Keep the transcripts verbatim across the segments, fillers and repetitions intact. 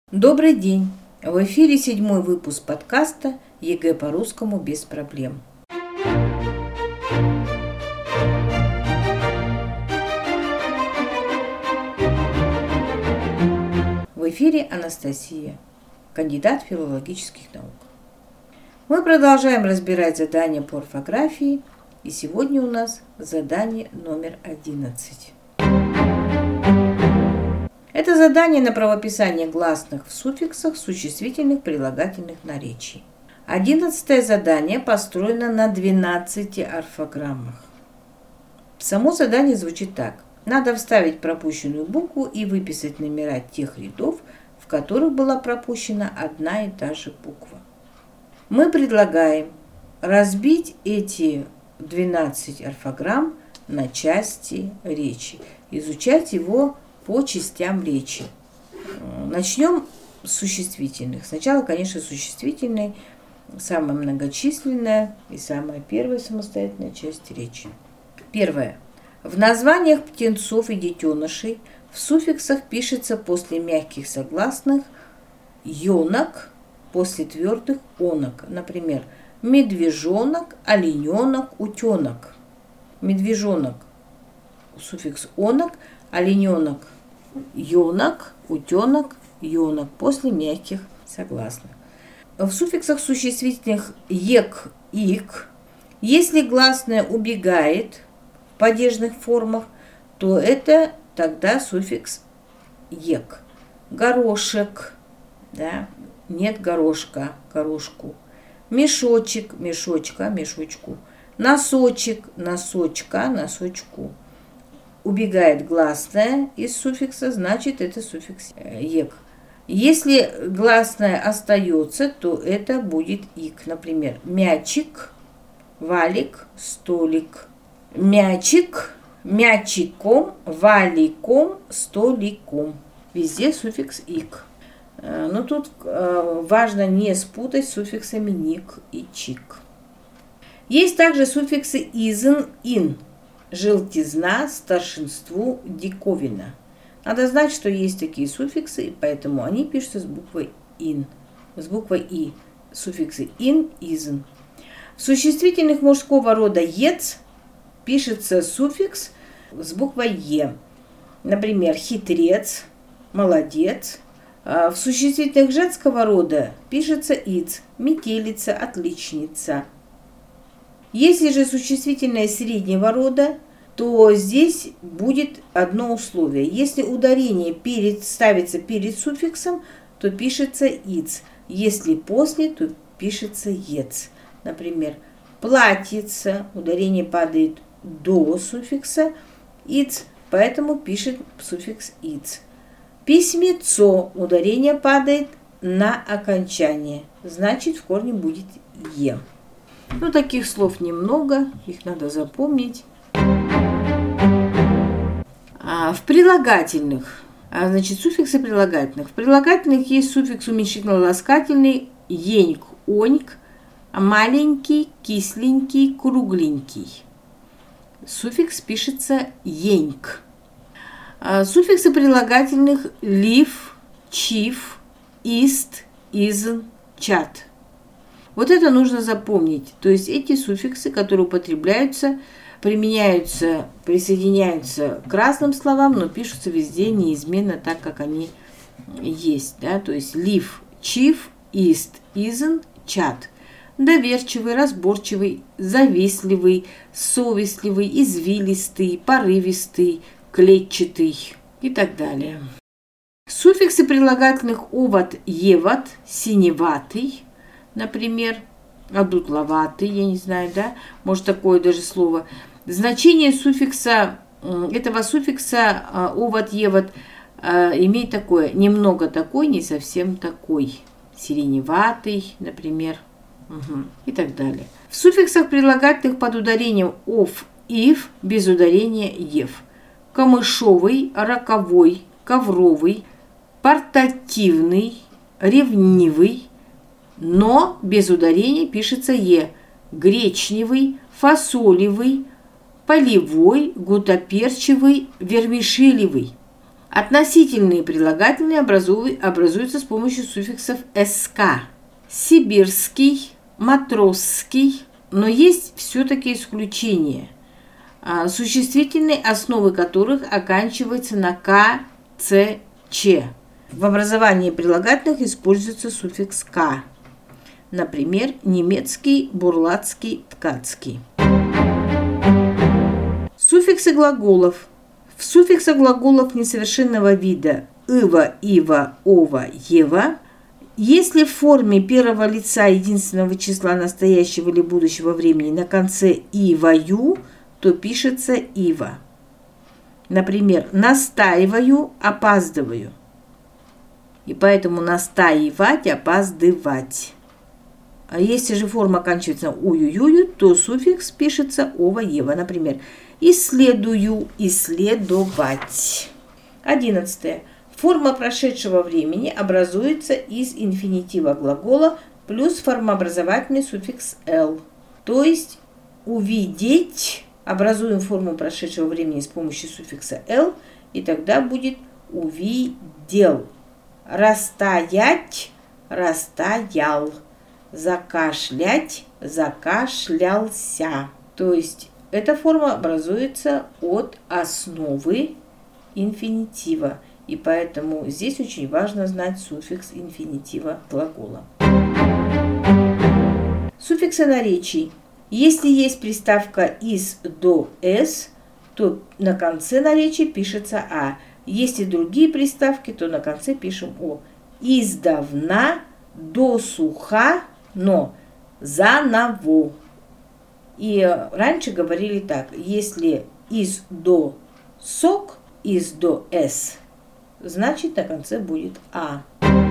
Добрый день! В эфире седьмой выпуск подкаста ЕГЭ по-русскому без проблем. В эфире Анастасия, кандидат филологических наук. Мы продолжаем разбирать задания по орфографии, и сегодня у нас задание номер одиннадцать. Это задание на правописание гласных в суффиксах существительных прилагательных наречий. Одиннадцатое задание построено на двенадцати орфограммах. Само задание звучит так. Надо вставить пропущенную букву и выписать номера тех рядов, в которых была пропущена одна и та же буква. Мы предлагаем разбить эти двенадцать орфограмм на части речи, изучать его по частям речи. Начнем с существительных. Сначала, конечно, существительные, самая многочисленная и самая первая самостоятельная часть речи. Первое. В названиях птенцов и детенышей в суффиксах пишется после мягких согласных «енок», после твердых «онок». Например, медвежонок, олененок, утенок. Медвежонок – суффикс «онок», олененок – енок, утенок, енок после мягких согласных. В суффиксах существительных ек, ик, если гласное убегает в падежных формах, то это тогда суффикс ек. Горошек, да, нет горошка, горошку. Мешочек, мешочка, мешочку. Носочек, носочка, носочку. Убегает гласное из суффикса, значит это суффикс ек. Если гласное остается, то это будет ик. Например, мячик, валик, столик. Мячик, мячиком, валиком, столиком. Везде суффикс ик. Но тут важно не спутать с суффиксами ник и чик. Есть также суффиксы изн, ин. Желтизна, старшинству, диковина. Надо знать, что есть такие суффиксы, и поэтому они пишутся с буквой ин, с буквой и. Суффиксы ин, изн. В существительных мужского рода ец пишется суффикс с буквой е. Например, хитрец, молодец. В существительных женского рода пишется иц, метелица, отличница. Если же существительное среднего рода, то здесь будет одно условие. Если ударение перед, ставится перед суффиксом, то пишется иц. Если после, то пишется ец. Например, платьица, ударение падает до суффикса иц, поэтому пишет суффикс иц. Письмецо, ударение падает на окончание, значит в корне будет е. Ну, таких слов немного, их надо запомнить. А в прилагательных, а, значит, суффиксы прилагательных. В прилагательных есть суффикс уменьшительно-ласкательный еньк, оньк, маленький, кисленький, кругленький. Суффикс пишется еньк. А суффиксы прилагательных лив, чив, ист, изн, чат. Вот это нужно запомнить. То есть эти суффиксы, которые употребляются, применяются, присоединяются к разным словам, но пишутся везде неизменно так, как они есть. Да? То есть лив, чив, ист, изн, чат. Доверчивый, разборчивый, завистливый, совестливый, извилистый, порывистый, клетчатый и так далее. Суффиксы прилагательных овод, евод, синеватый. Например, одутловатый, я не знаю, да, может такое даже слово. Значение суффикса, этого суффикса овод, евод имеет такое, немного такой, не совсем такой. Сиреневатый, например, угу, и так далее. В суффиксах прилагательных под ударением ов, ив, без ударения ев. Камышовый, роковой, ковровый, портативный, ревнивый, но без ударения пишется е. Гречневый, фасолевый, полевой, гутоперчивый, вермишелевый. Относительные прилагательные образуются с помощью суффиксов «sk». Сибирский, матросский, но есть все-таки исключения, существительные основы которых оканчиваются на «к», «ц», «ч». В образовании прилагательных используется суффикс «к». Например, немецкий, бурлацкий, ткацкий. Суффиксы глаголов. В суффиксах глаголов несовершенного вида «ыва», «ива», «ова», «ева» если в форме первого лица единственного числа настоящего или будущего времени на конце «иваю», то пишется «ива». Например, «настаиваю», «опаздываю». И поэтому настаивать, опаздывать. А если же форма оканчивается на «уююю», то суффикс пишется «ова», «ева». Например, «исследую», «исследовать». Одиннадцатое. Форма прошедшего времени образуется из инфинитива глагола плюс формообразовательный суффикс «л». То есть «увидеть» образуем форму прошедшего времени с помощью суффикса «л», и тогда будет «увидел». Растоять, растоял. Закашлять, закашлялся. То есть эта форма образуется от основы инфинитива. И поэтому здесь очень важно знать суффикс инфинитива глагола. Суффиксы наречий. Если есть приставка «из», «до», «с», то на конце наречия пишется «а». Если другие приставки, то на конце пишем «о». Издавна, досуха, но, заново. И раньше говорили так: если из, до, сок, из, до, с, значит на конце будет «а».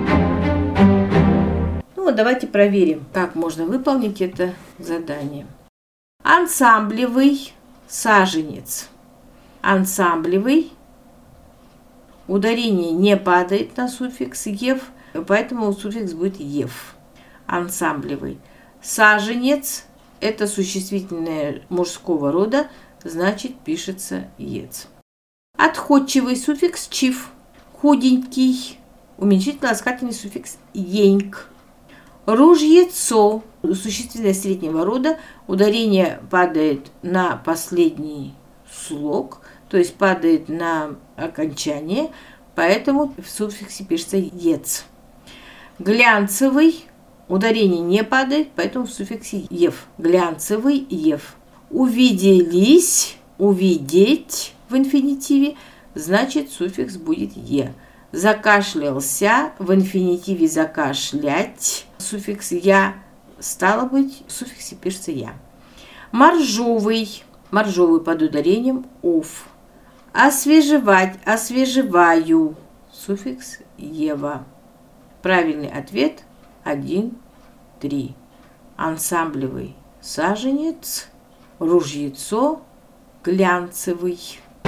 Ну вот давайте проверим, как можно выполнить это задание. Ансамблевый саженец. Ансамблевый. Ударение не падает на суффикс «ев», поэтому суффикс будет «ев». Ансамблевый. Саженец – это существительное мужского рода, значит пишется «ец». Отходчивый суффикс «чив». Худенький. Уменьшительно-ласкательный суффикс «еньк». Ружьецо – существительное среднего рода, ударение падает на последний слог, то есть падает на окончание, поэтому в суффиксе пишется «ец». Глянцевый, ударение не падает, поэтому в суффиксе «ев». Глянцевый, «ев». Увиделись, увидеть в инфинитиве, значит суффикс будет «е». Закашлялся, в инфинитиве закашлять, суффикс «я», стало быть, в суффиксе пишется «я». Моржовый, моржовый под ударением «ов». Освежевать, освежеваю, суффикс «ева». Правильный ответ один, три. Ансамблевый саженец, ружьецо, глянцевый.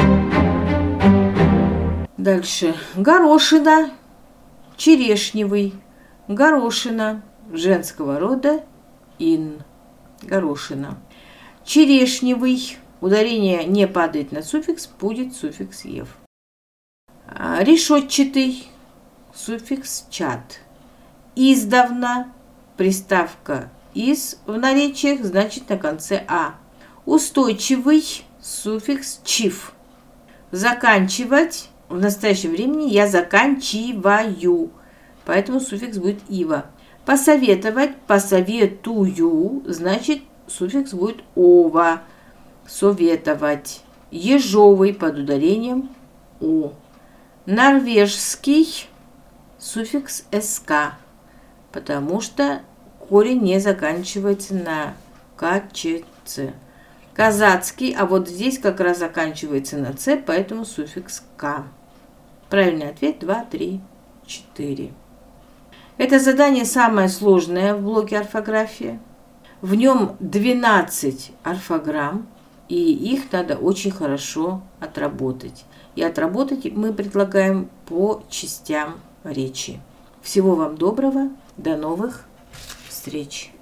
Дальше. Горошина, черешневый, горошина, женского рода, ин, горошина. Черешневый, ударение не падает на суффикс, будет суффикс «ев». Решетчатый, суффикс «чат». Издавна, приставка «из» в наречиях, значит на конце «а». Устойчивый, суффикс «чив». Заканчивать, в настоящем времени я заканчиваю, поэтому суффикс будет «ива». Посоветовать, посоветую, значит суффикс будет «ова». Советовать. Ежовый под ударением «о». Норвежский, суффикс «sk», потому что корень не заканчивается на «к», «ч», «ц». Казацкий, а вот здесь как раз заканчивается на «ц», поэтому суффикс «к». Правильный ответ два, три, четыре. Это задание самое сложное в блоке орфография. В нем двенадцать орфограмм, и их надо очень хорошо отработать. И отработать мы предлагаем по частям речи. Всего вам доброго, до новых встреч!